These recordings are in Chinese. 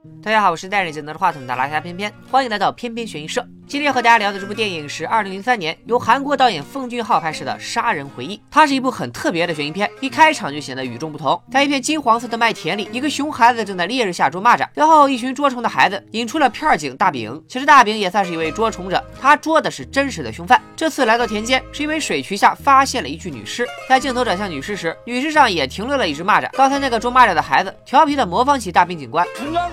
大家好，我是戴着眼镜拿着话筒的拉下偏偏，欢迎来到偏偏悬疑社。今天和大家聊的这部电影是2003年由韩国导演奉俊昊拍摄的《杀人回忆》。它是一部很特别的悬疑片，一开场就显得与众不同。在一片金黄色的麦田里，一个熊孩子正在烈日下捉蚂蚱，然后一群捉虫的孩子引出了片警大饼。其实大饼也算是一位捉虫者，他捉的是真实的凶犯。这次来到田间，是因为水渠下发现了一具女尸。在镜头转向女尸时，女尸上也停留了一只蚂蚱。刚才那个捉蚂蚱的孩子调皮地模仿起大饼警官。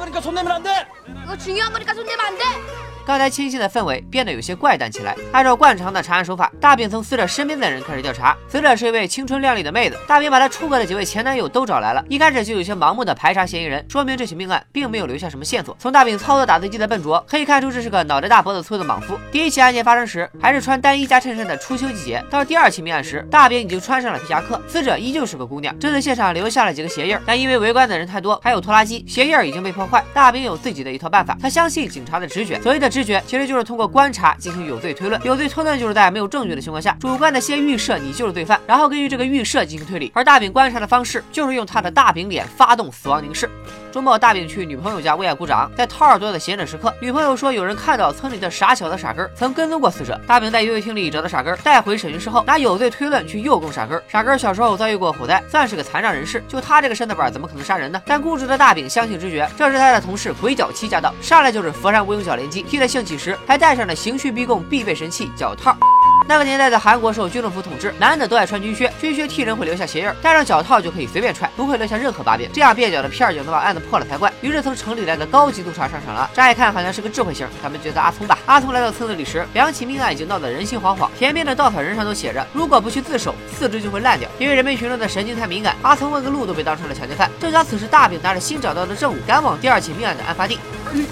刚才清新的氛围变得有些怪诞起来。按照惯常的查案手法，大饼从死者身边的人开始调查。死者是一位青春靓丽的妹子，大饼把她出轨的几位前男友都找来了，一开始就有些盲目的排查嫌疑人，说明这起命案并没有留下什么线索。从大饼操作打字机的笨拙可以看出，这是个脑袋大脖子粗的莽夫。第一起案件发生时还是穿单衣加衬衫的初秋季节，到第二起命案时，大饼已经穿上了皮夹克，死者依旧是个姑娘。侦测现场留下了几个鞋印，但因为围观的人太多，还有拖拉机，鞋印已经被破坏。大饼有自己的一套办法，他相信警察的直觉。所谓的直觉，其实就是通过观察进行有罪推论。有罪推论就是在没有证据的情况下，主观的先预设你就是罪犯，然后根据这个预设进行推理。而大饼观察的方式就是用他的大饼脸发动死亡凝视。周末，大饼去女朋友家为爱鼓掌，在掏耳朵的闲着时刻，女朋友说有人看到村里的傻小子傻根曾跟踪过死者。大饼在游戏厅里找到傻根，带回审讯室后，拿有罪推论去诱供傻根。傻根小时候遭遇过火灾，算是个残障人士，就他这个身子板怎么可能杀人呢？但固执的大饼相信直觉，这时他的同事鬼脚七驾到，上来就是佛山无影脚连击，踢得兴起时还带上了刑讯逼供必备神器脚套。那个年代的韩国受军政府统治，男的都爱穿军靴，军靴踢人会留下鞋印，戴上脚套就可以随便踹，不会留下任何把柄。这样蹩脚的片警能把案子破了才怪。于是从城里来的高级督察上场了，乍一看好像是个智慧型，咱们觉得阿聪吧。阿聪来到村子里时，两起命案已经闹得人心惶惶，田边的稻草人上都写着，如果不去自首，四肢就会烂掉。因为人民群众的神经太敏感，阿聪问个路都被当成了强奸犯。正巧此时大饼拿着新找到的证物，赶往第二起命案的案发地。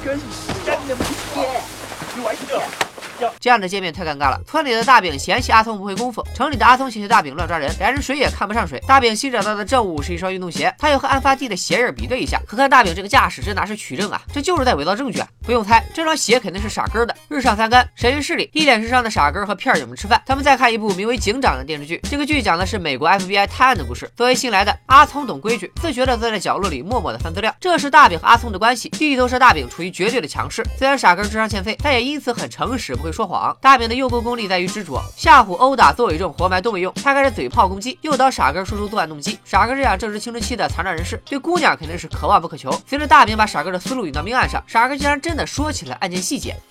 这样的见面太尴尬了。村里的大饼嫌弃阿聪不会功夫，城里的阿聪嫌弃大饼乱抓人，两人谁也看不上谁。大饼新找到的证物是一双运动鞋，他又和案发地的鞋印比对一下，可看大饼这个架势，这哪是取证啊，这就是在伪造证据啊！不用猜，这双鞋肯定是傻根的。日上三竿，审讯室里一脸时尚的傻根和片警们吃饭。他们再看一部名为《警长》的电视剧，这个剧讲的是美国 FBI 探案的故事。作为新来的，阿聪懂规矩，自觉地坐在角落里默默地翻资料。这是大饼和阿聪的关系，弟弟都是大饼处于绝对的强势。虽然傻根智商欠费，但也因此很诚实，不会说谎。大饼的诱构功力在于执着，吓唬、殴打、作伪证、活埋都没用，他开始嘴炮攻击，诱导傻根说出作案动机。傻根这样正值青春期的残障人士，对姑娘肯定是可望不可求。随着大饼把傻根的思路引到命案上，傻根竟然真的说起了案件细节。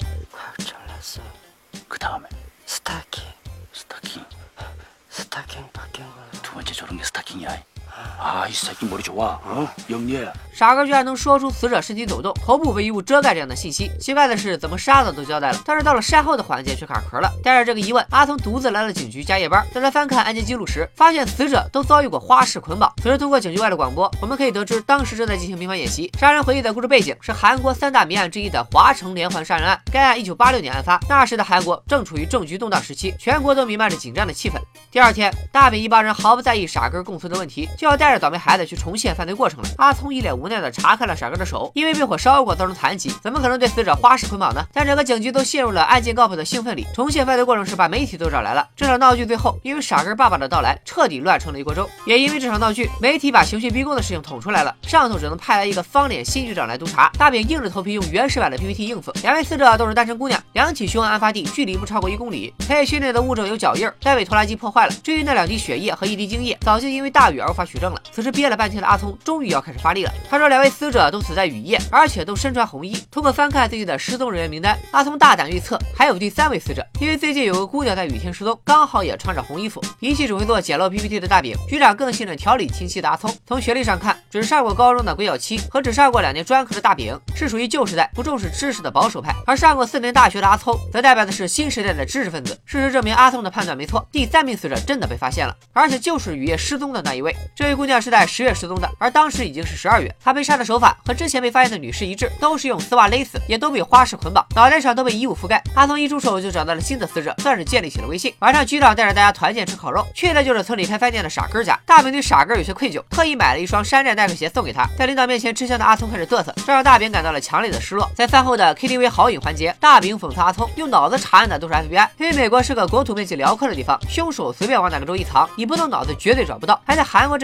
傻根居然能说出死者身体抖动、头部被衣物遮盖这样的信息。奇怪的是，怎么杀的都交代了，但是到了善后的环节却卡壳了。带着这个疑问，阿聪独自来了警局加夜班。在他翻看案件记录时，发现死者都遭遇过花式捆绑。此时通过警局外的广播，我们可以得知当时正在进行民防演习。杀人回忆的故事背景是韩国三大谜案之一的华城连环杀人案。该案1986年案发，那时的韩国正处于政局动荡时期，全国都弥漫着紧张的气氛。第二天，大饼一帮人毫不在意傻根供词的问题，就要带着倒霉孩子去重现犯罪过程了。阿聪一脸无奈地查看了傻根的手，因为被火烧过造成残疾，怎么可能对死者花式捆绑呢？但整个警局都陷入了案件告破的兴奋里。重现犯罪过程时，把媒体都找来了。这场闹剧最后因为傻根爸爸的到来，彻底乱成了一锅粥。也因为这场闹剧，媒体把刑讯逼供的事情捅出来了，上头只能派来一个方脸新局长来督查。大饼硬着头皮用原始版的 PPT 应付。两位死者都是单身姑娘，两起凶案案发地距离不超过1公里，可以确定的物证有脚印，但被拖拉机破坏了。至于那2滴血液和1滴精液，早就因为大雨而无法取证了。此时憋了半天的阿聪终于要开始发力了。他说2位死者都死在雨夜，而且都身穿红衣。通过翻看自己的失踪人员名单，阿聪大胆预测还有第3位死者，因为最近有个姑娘在雨天失踪，刚好也穿着红衣服。比起只会做简陋 PPT 的大饼，局长更信任条理清晰的阿聪。从学历上看，只上过高中的鬼脚七和只上过2年专科的大饼是属于旧时代不重视知识的保守派，而上过4年大学的阿聪则代表的是新时代的知识分子。事实证明阿聪的判断没错，第3名死者真的被发现了，而且就是雨夜失踪的那一位。这位姑娘是在10月失踪的，而当时已经是12月。她被杀的手法和之前被发现的女尸一致，都是用丝袜勒死，也都被花式捆绑，脑袋上都被衣物覆盖。阿聪一出手就找到了新的死者，算是建立起了威信。晚上局长带着大家团建吃烤肉，去的就是村里开饭店的傻根家。大饼对傻根有些愧疚，特意买了一双山寨耐克鞋送给他。在领导面前吃香的阿聪开始嘚瑟，这让大饼感到了强烈的失落。在饭后的 KTV 好饮环节，大饼讽刺阿聪用脑子查案的都是 FBI， 因为美国是个国土面积辽阔的地方，凶手随便往哪个州一藏，你不动脑子绝对找不到。还在韩国这个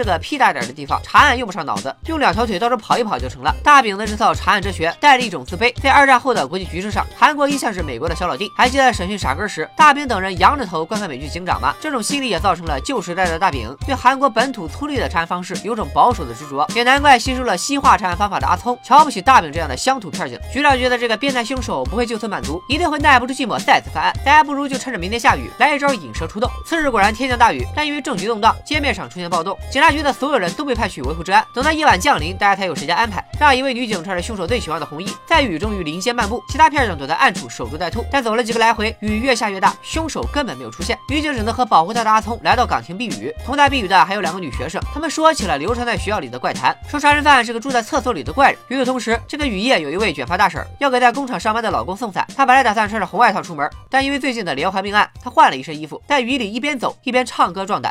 个屁大点的地方，查案用不上脑子，用2条腿到处跑一跑就成了。大饼的这套查案哲学带着一种自卑，在2战后的国际局势上，韩国一向是美国的小老弟。还记得审讯傻根时，大饼等人仰着头观看美剧警长吗？这种心理也造成了旧时代的大饼对韩国本土粗粝的查案方式有种保守的执着，也难怪吸收了西化查案方法的阿聪瞧不起大饼这样的乡土片警。局长觉得这个变态凶手不会就此满足，一定会耐不住寂寞再次犯案，大家不如就趁着明天下雨来一招引蛇出洞。次日果然天降大雨，但因为政局动荡，街面上出现暴动，警察局的所有人都被派去维护治安。等到夜晚降临，大家才有时间安排，让一位女警穿着凶手最喜欢的红衣，在雨中与林间漫步，其他片警躲在暗处守株待兔。但走了几个来回，雨越下越大，凶手根本没有出现，女警只能和保护她的阿聪来到岗亭避雨。同台避雨的还有2个女学生，她们说起了流传在学校里的怪谈，说杀人犯是个住在厕所里的怪人。与此同时，这个雨夜有一位卷发大婶要给在工厂上班的老公送伞，她本来打算穿着红外套出门，但因为最近的连环命案，她换了一身衣服，在雨里一边走一边唱歌壮胆。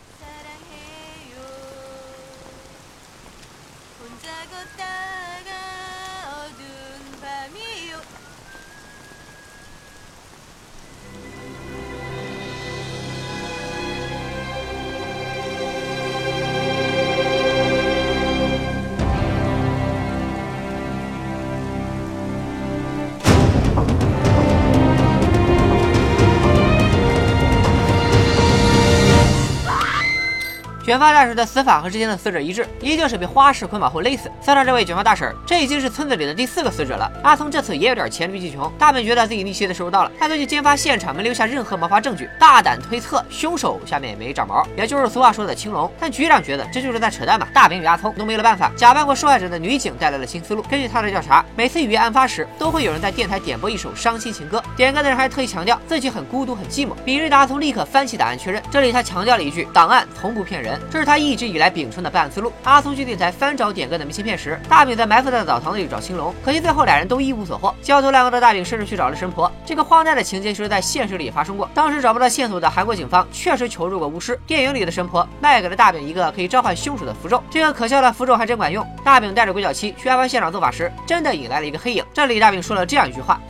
卷发大婶的死法和之前的死者一致，一定是被花式捆绑后勒死。算上这位卷发大婶，这已经是村子里的第4个死者了。阿聪这次也有点黔驴技穷，大本觉得自己逆袭的时候到了，他根据监发现场没留下任何谋罚证据，大胆推测凶手下面没长毛，也就是俗话说的青龙。但局长觉得这就是在扯淡嘛。大本与阿聪都没了办法，假扮过受害者的女警带来了新思路。根据他的调查，每次雨夜案发时，都会有人在电台点播一首伤心情歌，点歌的人还特意强调自己很孤独很寂寞。比日的阿聪立刻翻起档案确认，这里他强调了一句：档案从不骗人，这是他一直以来秉承的办案思路。阿聪去电台翻找点歌的明信片时，大饼在埋伏在澡堂里找青龙，可惜最后2人都一无所获。焦头烂额的大饼甚至去找了神婆。这个荒诞的情节其实在现实里也发生过，当时找不到线索的韩国警方确实求助过巫师，电影里的神婆卖给了大饼一个可以召唤凶手的符咒，这个可笑的符咒还真管用。大饼带着鬼脚七去案发现场做法时，真的引来了一个黑影。这里大饼说了这样一句话：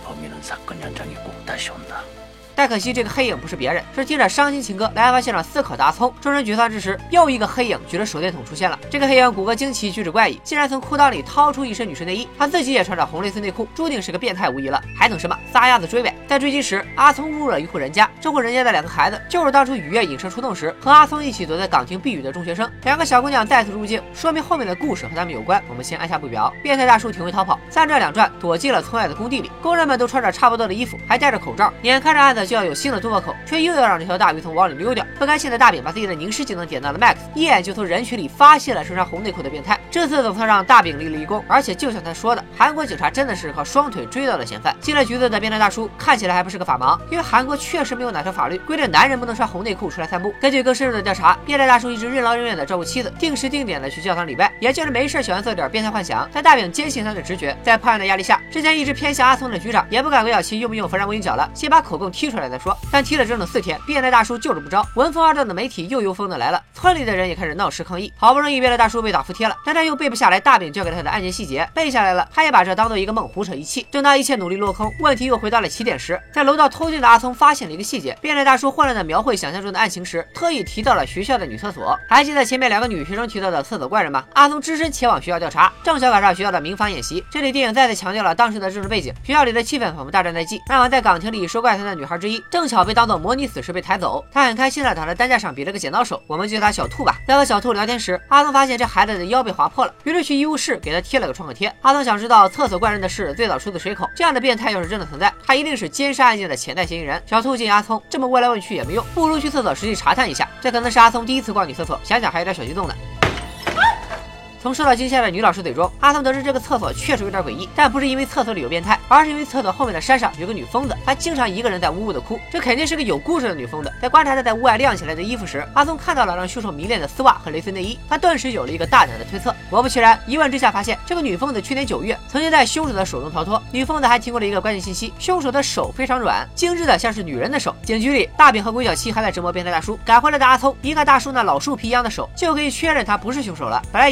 但可惜这个黑影不是别人，是听着伤心情歌来案发现场思考的阿聪。众人沮丧之时，又一个黑影举着手电筒出现了。这个黑影骨骼惊奇，举止怪异，竟然从裤裆里掏出一身女士内衣，他自己也穿着红蕾丝内裤，注定是个变态无疑了。还等什么？撒丫子追呗！在追击时，阿聪误入了一户人家，这户人家的2个孩子就是当初雨夜引蛇出洞时和阿聪一起躲在岗亭避雨的中学生。2个小姑娘再次入境，说明后面的故事和他们有关。我们先按下不表。变态大叔挺会逃跑，3转2转躲进了村外的工地里，工人们都穿着差不多的衣服，还戴着口罩，眼看着案子就要有新的突破口，却又要让这条大鱼从网里溜掉。不甘心的大饼把自己的凝视技能点到了 Max， 一眼就从人群里发现了身上红内裤的变态。这次总算让大饼立了一功，而且就像他说的，韩国警察真的是靠双腿追到了嫌犯。进了局子的变态大叔看起来还不是个法盲，因为韩国确实没有哪条法律规定男人不能穿红内裤出来散步。根据更深入的调查，变态大叔一直任劳任怨的照顾妻子，定时定点的去教堂礼拜，也就是没事喜欢做点变态幻想。但大饼坚信他的直觉，在破案的压力下，之前一直偏向阿聪的局长也不敢鬼脚七用不用佛山无影脚了，先把口供踢出来再说。但踢了整整4天，变态大叔就是不招。闻风而动的媒体又疯的来了，村里的人也开始闹事抗议。好不容易变态大叔被打服帖了，但他又背不下来大饼教给他的案件细节，背下来了，他也把这当做一个梦胡扯一气。正当一切努力落空，问题又回到了起点时，在楼道偷听的阿聪发现了一个细节：变态大叔混乱的描绘想象中的案情时，特意提到了学校的女厕所。还记得前面2个女学生提到的厕所怪人吗？阿聪只身前往学校调查，正巧赶上学校的民防演习。这里电影再次强调了当时的政治背景，学校里的气氛仿佛大战在即。那晚在岗亭里说怪谈的女孩之一，正巧被当做模拟死时被抬走，她很开心的躺在担架上比了个剪刀手，我们就叫她小兔吧。在和小兔聊天时，阿聪发现这孩子的腰被划破了，于是去医务室给他贴了个创可贴。阿聪想知道厕所怪人的事最早出自谁口，这样的变态要是真的存在，他一定是奸杀案件的潜在嫌疑人。小兔建议阿聪这么问来问去也没用，不如去厕所实际查探一下。这可能是阿聪第一次逛女厕所，想想还有点小激动呢。从受到惊吓的女老师嘴中，阿聪得知这个厕所确实有点诡异，但不是因为厕所里有变态，而是因为厕所后面的山上有个女疯子，她经常一个人在呜呜的哭，这肯定是个有故事的女疯子。在观察她在屋外晾起来的衣服时，阿聪看到了让凶手迷恋的丝袜和蕾丝内衣，他顿时有了一个大胆的推测。果不其然，一问之下发现这个女疯子去年9月曾经在凶手的手中逃脱。女疯子还提供了一个关键信息：凶手的手非常软，精致的像是女人的手。警局里，大饼和鬼脚七还在折磨变态大叔，赶回来的阿聪一看大叔那老树皮一样的手，就可以确认他不是凶手了。本来以为自己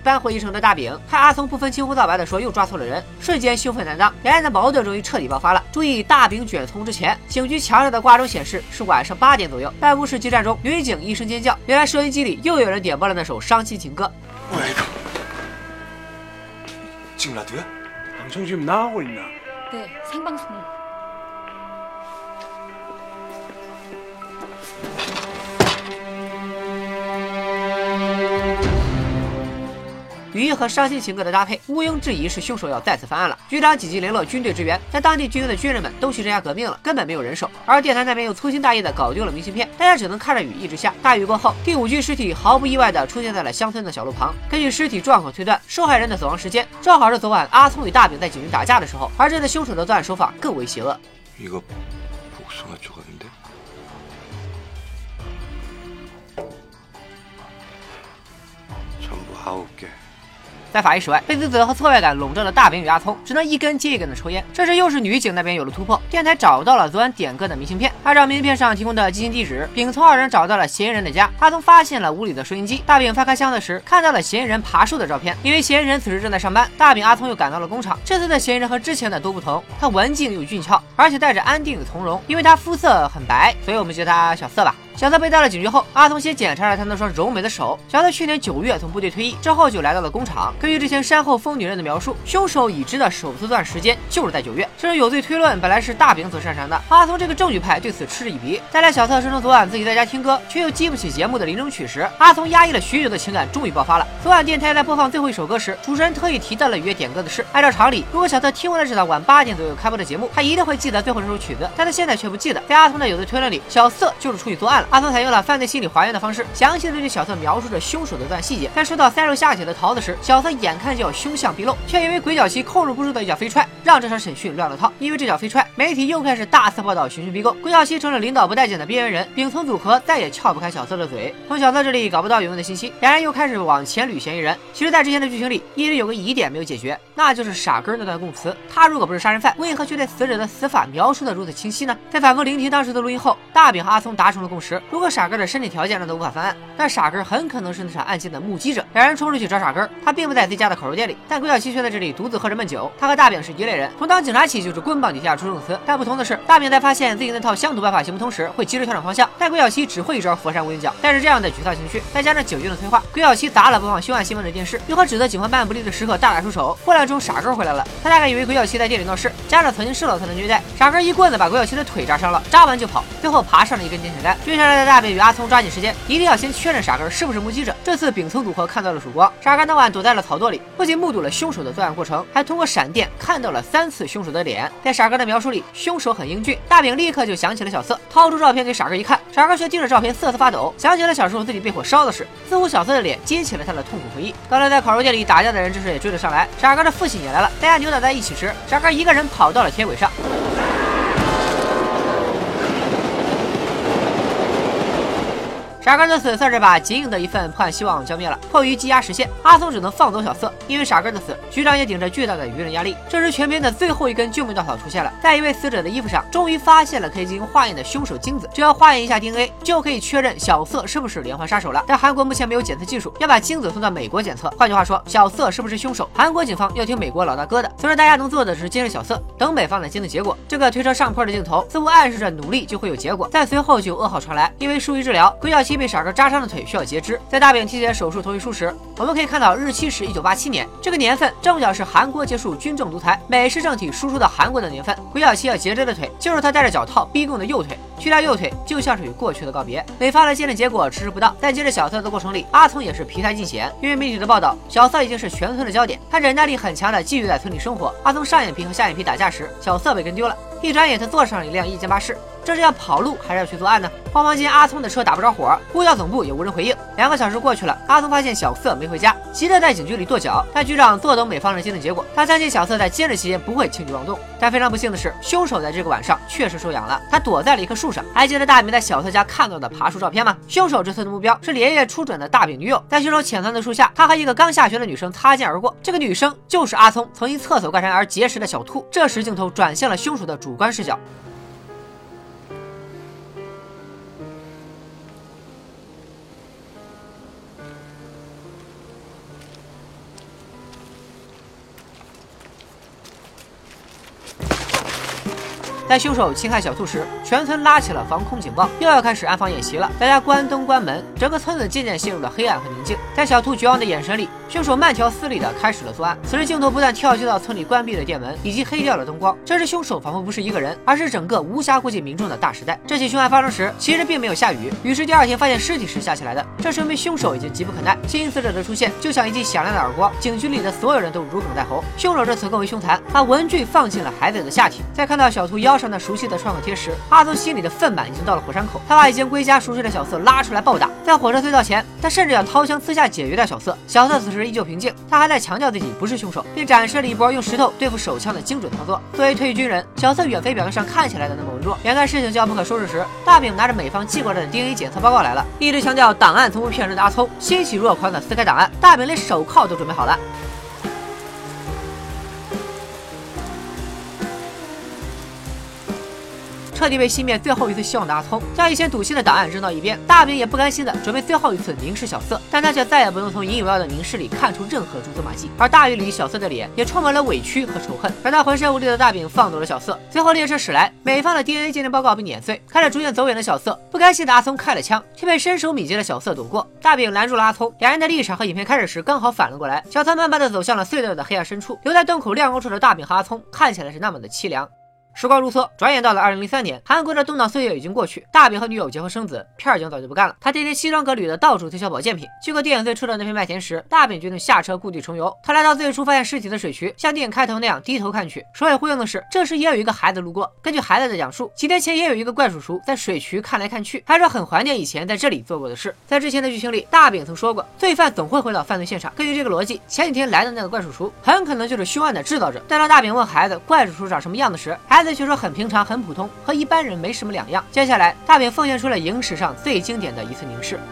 扳回一城的大饼看阿聪不分青红皂白的说又抓错了人，瞬间羞愤难当，两人的矛盾终于彻底爆发了。注意，大饼卷葱之前，警局墙上的挂钟显示是晚上8点左右。办公室激战中，女警一声尖叫，原来收音机里又有人点播了那首伤心情歌。 뭐야 이거? 지금 라디오야? 방송 지금 나오고 있나? 네, 생방송. 语义和伤心情歌的搭配，毋庸置疑是凶手要再次犯案了。局长紧急联络军队支援，但当地军营的军人们都去镇压革命了，根本没有人手。而电台那边又粗心大意的搞丢了明信片，大家只能看着雨一直下。大雨过后，第5具尸体毫不意外的出现在了乡村的小路旁。根据尸体状况推断，受害人的死亡时间正好是昨晚阿聪与大饼在警局打架的时候，而这次凶手的作案手法更为邪恶。 이거 복숭아 조각인데? 전부 9개. 在法医室外，被自责和挫败感笼罩的大饼与阿聪只能一根接一根的抽烟。这时又是女警那边有了突破，电台找到了昨晚点歌的明信片。按照明信片上提供的寄信地址，丙聪2人找到了嫌疑人的家。阿聪发现了屋里的收音机，大饼翻开箱子时看到了嫌疑人爬树的照片。因为嫌疑人此时正在上班，大饼、阿聪又赶到了工厂。这次的嫌疑人和之前的都不同，他文静又俊俏，而且带着安定与从容。因为他肤色很白，所以我们叫他小色吧。 小色被带到警局后，阿聪先检查了他那双柔美的手。小色去年9月从部队退役之后就来到了工厂。根据之前山后疯女人的描述，凶手已知的首次作案时间就是在9月。这种有罪推论本来是大饼所擅长的，阿聪这个证据派对此嗤之以鼻。再来小色声称昨晚自己在家听歌，却又记不起节目的铃声曲时，阿聪压抑了许久的情感终于爆发了。昨晚电台在播放最后一首歌时，主持人特意提到了与约点歌的事。按照常理，如果小色听完了这档晚8点左右开播的节目，他一定会记得最后这首曲子，但他现在却不记得。在阿聪的有罪推论里，小色就是出去作案了。阿聪采用了犯罪心理还原的方式，详细的对小色描述着凶手的作案细节。在说到塞入下体的桃子时，小色眼看就要凶相毕露，却因为鬼脚七控制不住的一脚飞踹，让这场审讯乱了套。因为这脚飞踹，媒体又开始大肆报道刑讯逼供，鬼脚七成了领导不待见的边缘人。丙聪组合再也撬不开小色的嘴。从小色这里搞不到有用的信息，两人又开始往前捋嫌疑人。其实，在之前的剧情里，一直有个疑点没有解决，那就是傻根那段供词。他如果不是杀人犯，为何却对死者的死法描述的如此清晰呢？在反复聆听当时的录音后，大饼和阿聪达成了共识：如果傻根的身体条件让他无法犯案，那傻根很可能是那场案件的目击者。两人冲出去找傻根，他并不在自己家的烤肉店里，但鬼小七却在这里独自喝着闷酒。他和大饼是一类人，从当警察起就是棍棒底下出重词。但不同的是，大饼在发现自己那套乡土办法行不通时，会及时调整方向，但鬼小七只会一招佛山无影脚。带着这样的沮丧情绪，再加上酒精的催化，鬼小七砸了播放凶案新闻的电视，又和指责警方办案不力的时刻大打出手。混乱中，傻根回来了，他大概以为鬼小七在店里闹事，加上曾经受到他的虐待，傻根一棍子把鬼小七的腿扎伤了，扎完就跑，最后爬上了一根电线杆。追上来的大饼与阿聪抓紧时间，一定要先确认傻根是不是目击者。这次丙聪组合看到了曙光，傻根当晚躲在了草垛里，不仅目睹了凶手的作案过程，还通过闪电看到了3次凶手的脸。在傻根的描述里，凶手很英俊，大饼立刻就想起了小色，掏出照片给傻根一看，傻根却盯着照片瑟瑟发抖，想起了小时候自己被火烧的事，似乎小色的脸激起了他的痛苦回忆。刚才在烤肉店里打架的人这时也追了上来，傻根的父亲也来了，大家扭打在一起时，傻根一个人跑到了铁轨上。傻根的死算是把仅有的一份破案希望浇灭了。迫于羁押时限，阿聪只能放走小色。因为傻根的死，局长也顶着巨大的舆论压力。这时，全片的最后一根救命稻草出现了，在一位死者的衣服上，终于发现了可以进行化验的凶手精子。只要化验一下 DNA， 就可以确认小色是不是连环杀手了。但韩国目前没有检测技术，要把精子送到美国检测。换句话说，小色是不是凶手，韩国警方要听美国老大哥的。所以大家能做的只是监视小色，等美方的鉴定结果。这个推车上坡的镜头似乎暗示着努力就会有结果。但随后就有噩耗传来，因为疏于治疗，鬼脚七被傻根扎伤的腿需要截肢。在大饼提前手术同意书时，我们可以看到日期是1987年，这个年份正巧是韩国结束军政独裁、美式政体输出到韩国的年份。鬼脚七要截肢的腿就是他戴着脚套逼供的右腿，去掉右腿就像是与过去的告别。美方的鉴定结果迟迟不到，在接着小色的过程里，阿聪也是疲态尽显。因为媒体的报道，小色已经是全村的焦点，他忍耐力很强的继续在村里生活。阿聪上眼皮和下眼皮打架时，小色被跟丢了，一转眼他坐上了一辆1间巴士。这是要跑路还是要去作案呢？慌忙间，阿聪的车打不着火，呼叫总部也无人回应。2个小时过去了，阿聪发现小色没回家，急着在警局里跺脚。但局长坐等美方的鉴定结果，他相信小色在监视期间不会轻举妄动。但非常不幸的是，凶手在这个晚上确实收养了，他躲在了一棵树上。还记得大饼在小色家看到的爬树照片吗？凶手这次的目标是连夜出准的大饼女友，在凶手潜藏的树下，他和一个刚下学的女生擦肩而过。这个女生就是阿聪曾因厕所怪山而结识的小兔。这时镜头转向了凶手的主观视角。 在凶手侵害小兔时，全村拉起了防空警报，又要开始安防演习了。大家关灯关门，整个村子渐渐陷入了黑暗和宁静。在小兔绝望的眼神里，凶手慢条斯理地开始了作案。此时镜头不断跳接到村里关闭的电门以及黑掉了灯光，这时凶手仿佛不是一个人，而是整个无暇顾及民众的大时代。这起凶案发生时，其实并没有下雨，雨是第二天发现尸体时下起来的，这说明凶手已经急不可耐。新死者的出现就像一记响亮的耳光，警局里的所有人都如鲠在喉。凶手这次更为凶残，把文具放进了孩子的下体。在看到小兔腰上那熟悉的创可贴时，阿松心里的愤满已经到了火山口。他把已经归家熟睡的小瑟拉出来暴打，在火车隧道前，他甚至要掏枪刺下解决掉小瑟。小瑟此时依旧平静，他还在强调自己不是凶手，并展示了一波用石头对付手枪的精准操作。作为退役军人，小瑟远非表面上看起来的那么文弱。眼看事情就要不可收拾时，大饼拿着美方寄过来的 DNA 检测报告来了。一直强调档案从不骗人的阿聪欣喜若狂地撕开档案，大饼连手铐都准备好了。彻底被熄灭最后一次希望的阿聪，将以前赌气的档案扔到一边。大饼也不甘心的准备最后一次凝视小瑟，但他却再也不能从引以为傲的凝视里看出任何蛛丝马迹。而大雨里小瑟的脸也充满了委屈和仇恨。让他浑身无力的大饼放走了小瑟。最后列车驶来，美方的 DNA 鉴定报告被碾碎。看着逐渐走远的小瑟，不甘心的阿聪开了枪，却被身手敏捷的小瑟躲过。大饼拦住了阿聪，两人的立场和影片开始时刚好反了过来。小瑟慢慢的走向了隧道的黑暗深处，留在洞口亮光处的大饼和阿聪看起来是那么的凄凉。时光如梭，转眼到了2003年，韩国的动荡岁月已经过去，大饼和女友结婚生子，片警早就不干了，他天天西装革履的到处推销保健品。经过电影最初的那片麦田时，大饼决定下车故地重游。他来到最初发现尸体的水渠，像电影开头那样低头看去。首尾呼应的是，这时也有一个孩子路过。根据孩子的讲述，几天前也有一个怪叔叔在水渠看来看去，还说很怀念以前在这里做过的事。在之前的剧情里，大饼曾说过，罪犯总会回到犯罪现场。根据这个逻辑，前几天来的那个怪叔叔很可能就是凶案的制造者。但当大饼问孩子怪叔叔长什么样子时，孩子却说很平常很普通，和一般人没什么两样。接下来大饼奉献出了影史上最经典的一次凝视。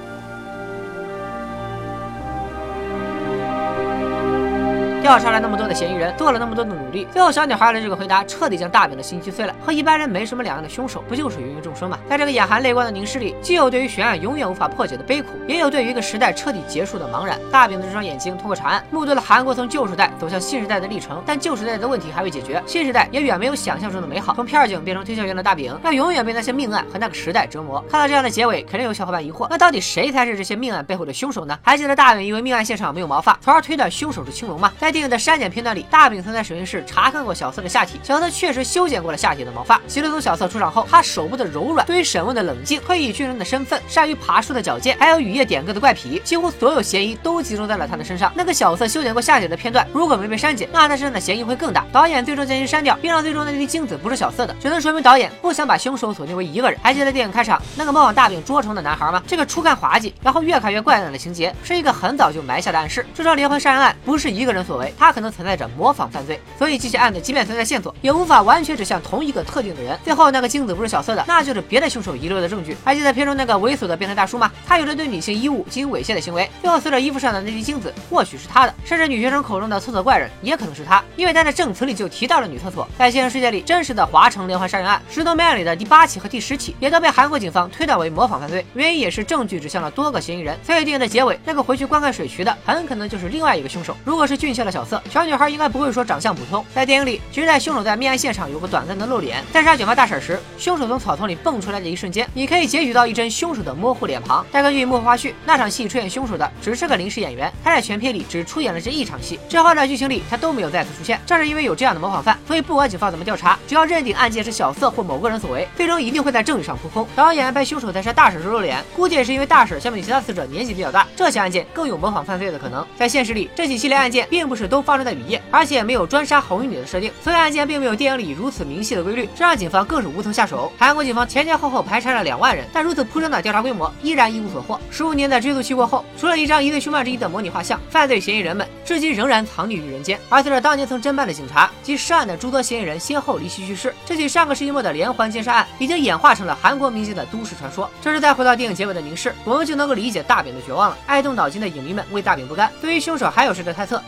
调查了那么多的嫌疑人，做了那么多的努力，最后小女孩的这个回答彻底将大饼的心击碎了。和一般人没什么两样的凶手，不就是芸芸众生吗？在这个眼含泪光的凝视里，既有对于悬案永远无法破解的悲苦，也有对于一个时代彻底结束的茫然。大饼的这双眼睛通过查案，目睹了韩国从旧时代走向新时代的历程，但旧时代的问题还未解决，新时代也远没有想象中的美好。从片警变成推销员的大饼，要永远被那些命案和那个时代折磨。看到这样的结尾，肯定有小伙伴疑惑，那到底谁才是这些命案背后的凶手呢？还记得大饼因为命案现场没有毛发，从而推断凶手是青龙吗？在电影的删减片段里，大饼曾在审讯室查看过小瑟的下体，小瑟确实修剪过了下体的毛发。其实从小瑟出场后，他手部的柔软，对于审问的冷静，退役军人的身份，善于爬树的矫健，还有雨夜点歌的怪癖，几乎所有嫌疑都集中在了他的身上。那个小瑟修剪过下体的片段，如果没被删减，那他身上的嫌疑会更大。导演最终将其删掉，并让最终的那粒精子不是小瑟的，只能说明导演不想把凶手锁定为一个人。还记得电影开场那个模仿大饼捉虫的男孩吗？这个初看滑稽，然后越看越怪诞的情节，是一个很早就埋下的暗示。这桩连环杀人案不是一个人所为，他可能存在着模仿犯罪，所以这起案子即便存在线索，也无法完全指向同一个特定的人。最后那个精子不是小瑟的，那就是别的凶手遗留的证据。还记得片中那个猥琐的变态大叔吗？他有着对女性衣物进行猥亵的行为，最后死者衣服上的那粒精子或许是他的，甚至女学生口中的厕所怪人也可能是他，因为他在证词里就提到了女厕所。在现实世界里，真实的华城连环杀人案石头妹案里的第8起和第10起也都被韩国警方推断为模仿犯罪，原因也是证据指向了多个嫌疑人。所以电影的结尾，那个回去观看水渠的很可能就是另外一个凶手。如果是俊俏的小瑟，小女孩应该不会说长相普通。在电影里，其实在凶手在命案现场有个短暂的露脸，在杀卷发大婶时，凶手从草丛里蹦出来的一瞬间，你可以截取到一帧凶手的模糊脸庞。但根据幕后花絮，那场戏出演凶手的只是个临时演员，他在全片里只出演了这一场戏，之后的剧情里他都没有再次出现。正是因为有这样的模仿犯，所以不管警方怎么调查，只要认定案件是小瑟或某个人所为，最终一定会在证据上扑空。导演安排凶手在杀大婶时露脸，估计也是因为大婶相比其他死者年纪比较大，这起案件更有模仿犯罪的可能。在现实里，这起系列案件并不是都发生在雨夜，而且没有专杀红衣女的设定，所以案件并没有电影里如此明细的规律，这让警方更是无从下手。韩国警方前后排查了2万人，但如此铺张的调查规模依然一无所获。15年的追诉期过后，除了一张疑罪凶犯之一的模拟画像，犯罪嫌疑人们至今仍然藏匿于人间。而随着当年曾侦办的警察及涉案的诸多嫌疑人先后离奇去世，这起上个世纪末的连环奸杀案已经演化成了韩国民间的都市传说。这时再回到电影结尾的凝视，我们就能够理解大饼的绝望了。爱动脑筋的影迷们为大饼不甘，对于凶手还有谁的猜测，也提出了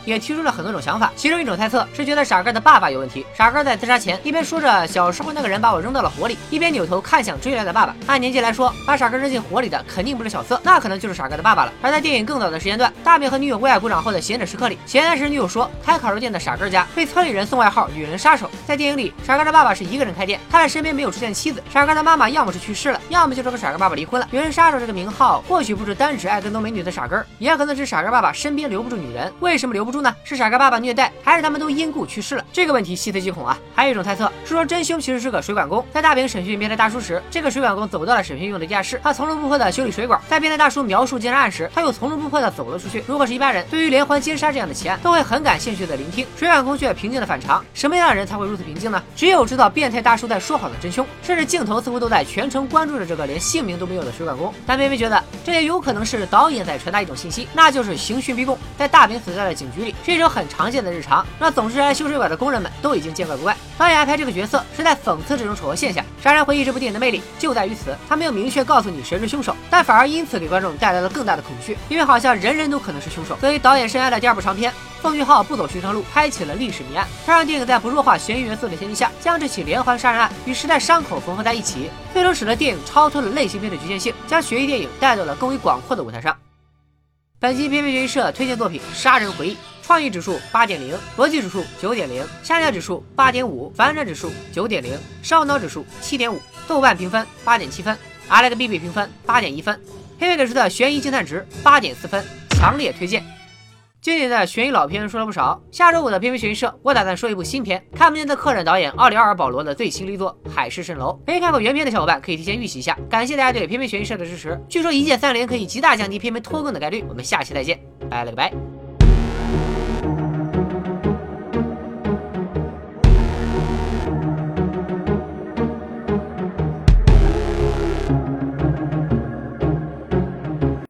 了很多种想法，其中一种猜测是觉得傻哥的爸爸有问题。傻哥在自杀前一边说着小时候那个人把我扔到了火里，一边扭头看向追来的爸爸。按年纪来说，把傻哥扔进火里的肯定不是小色，那可能就是傻哥的爸爸了。而在电影更早的时间段，大明和女友为爱鼓掌后的闲着时刻里，闲谈时女友说开烤肉店的傻哥家被村里人送外号女人杀手。在电影里，傻哥的爸爸是一个人开店，他的身边没有出现妻子，傻哥的妈妈要么是去世了，要么就是和傻哥爸爸离婚了。女人杀手这个名号或许不是单指爱跟踪美女的傻哥，也可能是傻哥爸爸身边留不住女人。为什么留不住呢？是傻哥爸爸虐待，还是他们都因故去世了？这个问题细思极恐啊！还有一种猜测是说真凶其实是个水管工，在大明审讯变态大叔时，这个水管工走到了审讯用的地下室，他从容不迫的修理水管。在变态大叔描述奸杀案时，他又从容不迫的走了出去。如果是一般人，对于连环奸杀这样的奇案，都会很感兴趣的聆听，水管工却平静的反常。什么样的人才会如此平静呢？只有知道变态大叔在说谎的真凶，甚至镜头似乎都在全程关注着这个连姓名都没有的水管工。但微微觉得，这也有可能是导演在传达一种信息，那就是刑讯逼供，在大明所在的警局里是一种很常见的日常，让总之来修水管的工人们都已经见怪不怪。导演安排这个角色是在讽刺这种丑恶现象。杀人回忆这部电影的魅力就在于此，他没有明确告诉你谁是凶手，但反而因此给观众带来了更大的恐惧，因为好像人人都可能是凶手。所以导演生涯的第二部长片奉俊昊不走寻常路，拍起了历史谜案。他让电影在不弱化悬疑元素的前提下，将这起连环杀人案与时代伤口缝合在一起，最终使得电影超脱了类型片的局限性，将悬疑电影带到了更为广阔的舞台上。本期片片悬疑社推荐作品《杀人回忆》，创意指数8.0，逻辑指数9.0，下架指数8.5，反转指数9.0，烧脑指数7.5，豆瓣评分8.7分，IMDB评分8.1分，片片给出的悬疑惊叹值8.4分，强烈推荐。经典的悬疑老片说了不少，下周五的片片悬疑社，我打算说一部新片，看不见的客人导演奥利奥尔·保罗的最新力作《海市蜃楼》。没看过原片的小伙伴可以提前预习一下。感谢大家对片片悬疑社的支持，据说1键3连可以极大降低片片拖更的概率。我们下期再见，拜了个拜。